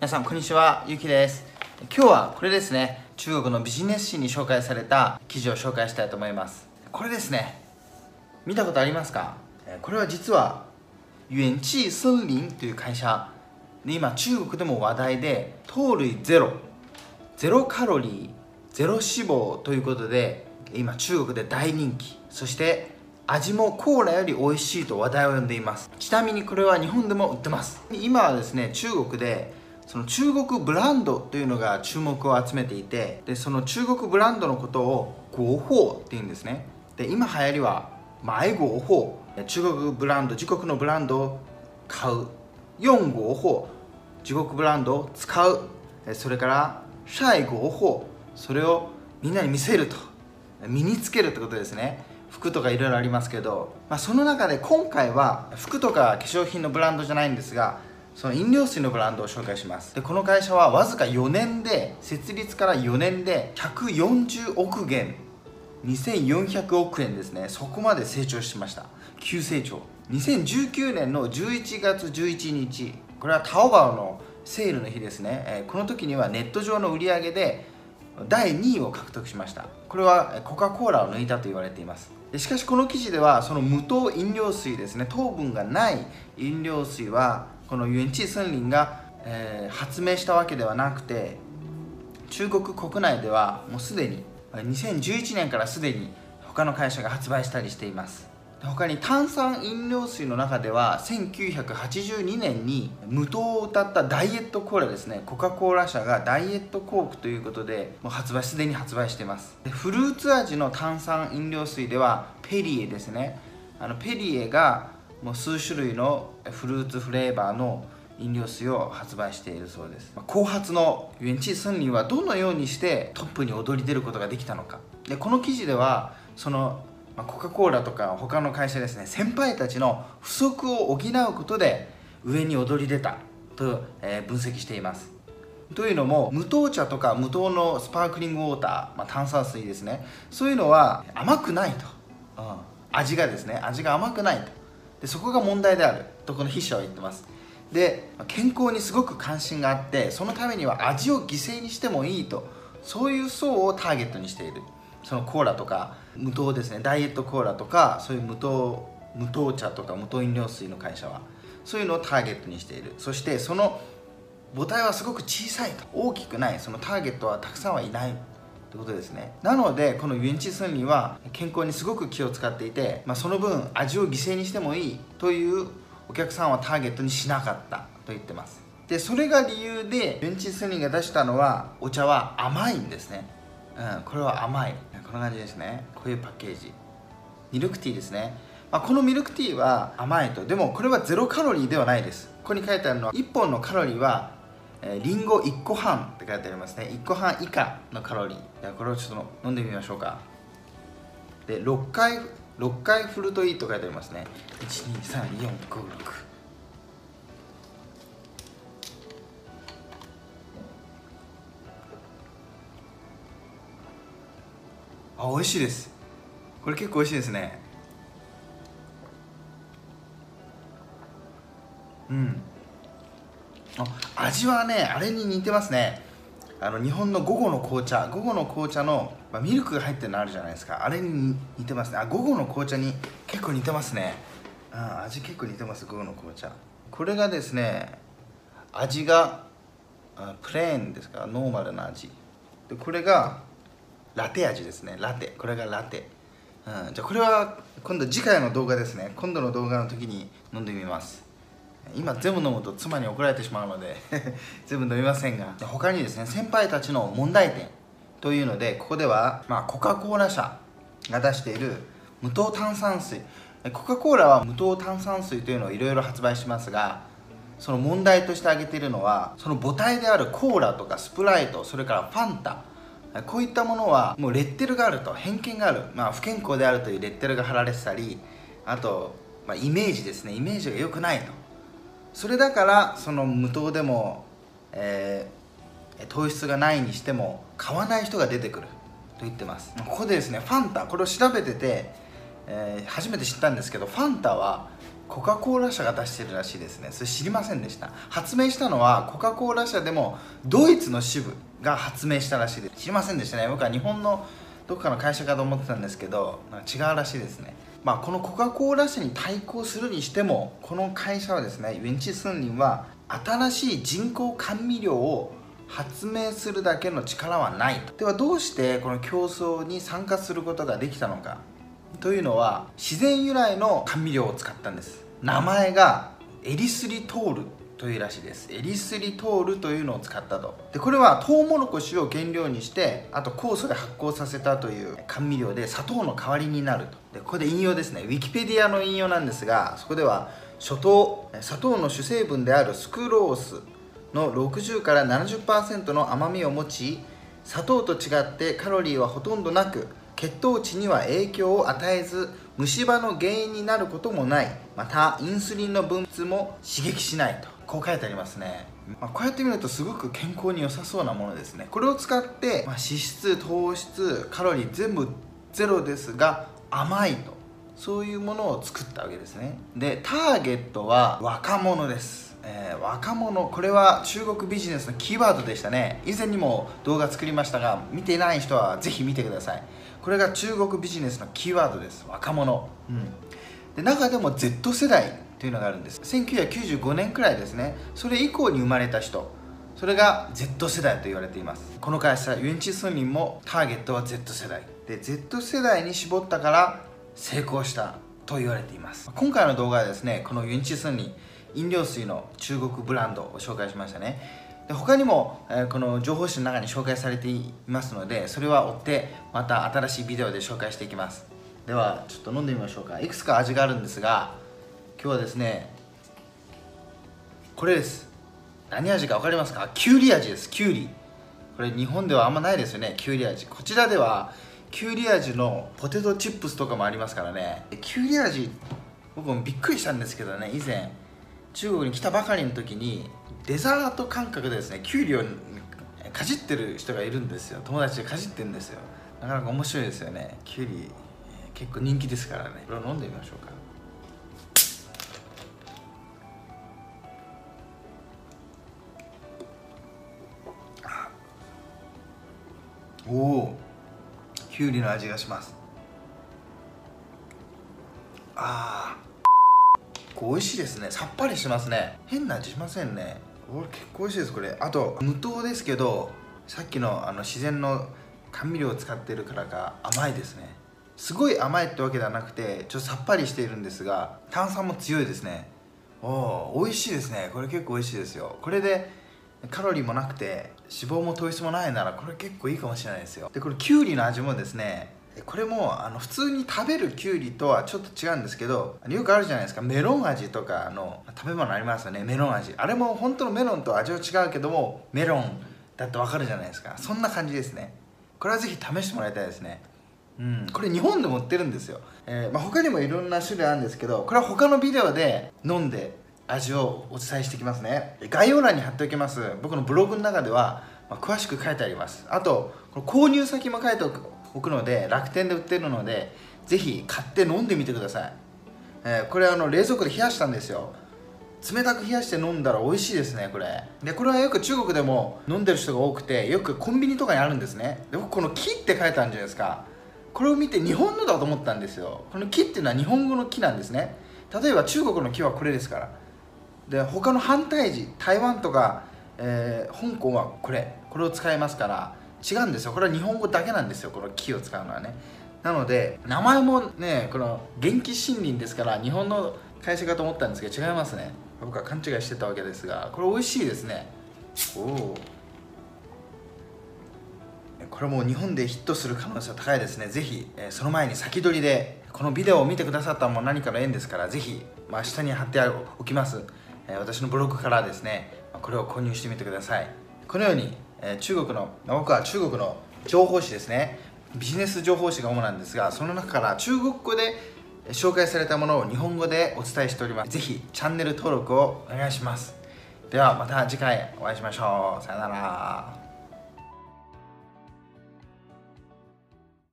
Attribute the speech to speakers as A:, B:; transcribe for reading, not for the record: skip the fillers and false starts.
A: 皆さんこんにちは、ゆうきです。今日はこれですね、中国のビジネス誌に紹介された記事を紹介したいと思います。これですね、見たことありますか？これは実は元气森林という会社で、今中国でも話題で、糖類ゼロ、ゼロカロリー、ゼロ脂肪ということで今中国で大人気、そして味もコーラより美味しいと話題を呼んでいます。ちなみにこれは日本でも売ってます。今はですね、中国でその中国ブランドというのが注目を集めていて、でその中国ブランドのことを国宝っていうんですね。で今流行りは買国宝、中国ブランド、自国のブランドを買う、用国宝、自国ブランドを使う、それから晒国宝、それをみんなに見せると、身につけるってことですね。服とかいろいろありますけど、その中で今回は服とか化粧品のブランドじゃないんですが、その飲料水のブランドを紹介します。でこの会社はわずか4年で、設立から4年で140億元、2400億円ですね、そこまで成長しました。急成長。2019年の11月11日、これはタオバオのセールの日ですね。この時にはネット上の売り上げで第2位を獲得しました。これはコカ・コーラを抜いたと言われています。しかしこの記事では、その無糖飲料水ですね、糖分がない飲料水はこの元气森林が、発明したわけではなくて、中国国内ではもうすでに2011年からすでに他の会社が発売したりしています。他に炭酸飲料水の中では1982年に無糖を謳ったダイエットコーラですね、コカ・コーラ社がダイエットコークということでもうすでに発売しています。でフルーツ味の炭酸飲料水ではペリエですね、ペリエがもう数種類のフルーツフレーバーの飲料水を発売しているそうです。後発の元气森林はどのようにしてトップに躍り出ることができたのか。でこの記事ではそのコカ・コーラとか他の会社ですね、先輩たちの不足を補うことで上に躍り出たと分析しています。というのも、無糖茶とか無糖のスパークリングウォーター、炭酸水ですね、そういうのは甘くないと、味がですね、味が甘くないと。でそこが問題であるとこの筆者は言ってます。で健康にすごく関心があって、そのためには味を犠牲にしてもいいと、そういう層をターゲットにしている。そのコーラとか無糖ですね、ダイエットコーラとかそういう無糖茶とか無糖飲料水の会社はそういうのをターゲットにしている。そしてその母体はすごく小さいと、大きくない、そのターゲットはたくさんはいないということですね。なのでこの元气森林は健康にすごく気を使っていて、その分味を犠牲にしてもいいというお客さんはターゲットにしなかったと言ってます。でそれが理由で元气森林が出したのは、お茶は甘いんですね。これは甘い、こんな感じですね。こういうパッケージ、ミルクティーですね。このミルクティーは甘いと。でもこれはゼロカロリーではないです。ここに書いてあるのは1本のカロリーはリンゴ1個半って書いてありますね。1個半以下のカロリー。じゃあこれをちょっと飲んでみましょうか。で6回振るといいと書いてありますね。1234566。美味しいです。これ結構美味しいですね。味はね、あれに似てますね。日本の午後の紅茶の、ミルクが入ってるのあるじゃないですか。あれに似てますね。午後の紅茶に結構似てますね。味結構似てます、午後の紅茶。これがですね、味がプレーンですから、ノーマルな味で、これがラテ味ですね。ラテ、これがラテ。じゃあこれは今度次回の動画ですね。今度の動画の時に飲んでみます。今全部飲むと妻に怒られてしまうので全部飲みませんが、他にですね、先輩たちの問題点というので、ここでは、コカ・コーラ社が出している無糖炭酸水、コカ・コーラは無糖炭酸水というのをいろいろ発売しますが、その問題として挙げているのは、その母体であるコーラとかスプライト、それからファンタ、こういったものはもうレッテルがあると、偏見がある、不健康であるというレッテルが貼られてたり、あと、イメージですね、イメージが良くないと。それだからその無糖でも、糖質がないにしても買わない人が出てくると言ってます。ここでですね、ファンタ、これを調べてて、初めて知ったんですけど、ファンタはコカ・コーラ社が出してるらしいですね。それ知りませんでした。発明したのはコカ・コーラ社でもドイツの支部が発明したらしいです。知りませんでしたね。僕は日本のどっかの会社かと思ってたんですけど、違うらしいですね。このコカ・コーラ社に対抗するにしても、この会社はですね、ユンチスンリンは新しい人工甘味料を発明するだけの力はないと。ではどうしてこの競争に参加することができたのかというのは、自然由来の甘味料を使ったんです。名前がエリスリトールというらしいです。エリスリトールというのを使ったと。でこれはトウモロコシを原料にして、あと酵素で発酵させたという甘味料で、砂糖の代わりになると。でここで引用ですね。ウィキペディアの引用なんですが、そこでは砂糖の主成分であるスクロースの60から 70% の甘みを持ち、砂糖と違ってカロリーはほとんどなく、血糖値には影響を与えず、虫歯の原因になることもない。またインスリンの分泌も刺激しないと、こう書いてありますね。こうやって見るとすごく健康に良さそうなものですね。これを使って、脂質、糖質、カロリー全部ゼロですが甘いと、そういうものを作ったわけですね。でターゲットは若者です。若者、これは中国ビジネスのキーワードでしたね。以前にも動画作りましたが、見ていない人はぜひ見てください。これが中国ビジネスのキーワードです。若者、で中でも Z 世代というのがあるんです。1995年くらいですね。それ以降に生まれた人、それが Z 世代と言われています。この会社ユンチスンリンもターゲットは Z 世代で、 Z 世代に絞ったから成功したと言われています。今回の動画はですね、このユンチスンリン飲料水の中国ブランドを紹介しましたね。で他にも、この情報誌の中に紹介されていますので、それは追ってまた新しいビデオで紹介していきます。ではちょっと飲んでみましょうか。いくつか味があるんですが、今日はですね、これです。何味か分かりますか？きゅうり味です。きゅうり、これ日本ではあんまないですよね、きゅうり味。こちらではきゅうり味のポテトチップスとかもありますからね。きゅうり味、僕もびっくりしたんですけどね、以前中国に来たばかりの時にデザート感覚でですね、きゅうりをかじってる人がいるんですよ。友達でかじってるんですよ。なかなか面白いですよね。きゅうり結構人気ですからね。これを飲んでみましょうか。おお、きゅうりの味がします。美味しいですね。さっぱりしてますね。変な味しませんね。結構美味しいです。これあと無糖ですけど、さっきの自然の甘味料を使ってるからか甘いですね。すごい甘いってわけではなくて、ちょっとさっぱりしているんですが、炭酸も強いですね。美味しいですね。これ結構美味しいですよ。これでカロリーもなくて脂肪も糖質もないなら、これ結構いいかもしれないですよ。でこれきゅうりの味もですね、これも普通に食べるきゅうりとはちょっと違うんですけど、よくあるじゃないですか、メロン味とかの食べ物ありますよね。メロン味、あれも本当のメロンと味は違うけどもメロンだってわかるじゃないですか。そんな感じですね。これはぜひ試してもらいたいですね。これ日本でも売ってるんですよ。他にもいろんな種類あるんですけど、これは他のビデオで飲んで味をお伝えしていきますね。概要欄に貼っておきます。僕のブログの中では、詳しく書いてあります。あとこの購入先も書いておくので、楽天で売ってるのでぜひ買って飲んでみてください。これ冷蔵庫で冷やしたんですよ。冷たく冷やして飲んだら美味しいですね。これはよく中国でも飲んでる人が多くて、よくコンビニとかにあるんですね。で僕この木って書いてあるじゃないですか。これを見て日本のだと思ったんですよ。この木っていうのは日本語の木なんですね。例えば中国の木はこれですから。で他の反対字、台湾とか、香港はこれを使いますから違うんですよ。これは日本語だけなんですよ、この木を使うのはね。なので名前もね、この元気森林ですから日本の会社かと思ったんですけど違いますね。僕は勘違いしてたわけですが、これ美味しいですね。これも日本でヒットする可能性は高いですね。ぜひ、その前に先取りでこのビデオを見てくださったのも何かの縁ですから、ぜひ、下に貼っておきます。私のブログからですね、これを購入してみてください。このように、僕は中国の情報誌ですね、ビジネス情報誌が主なんですが、その中から中国語で紹介されたものを日本語でお伝えしております。ぜひチャンネル登録をお願いします。ではまた次回お会いしましょう。さよなら。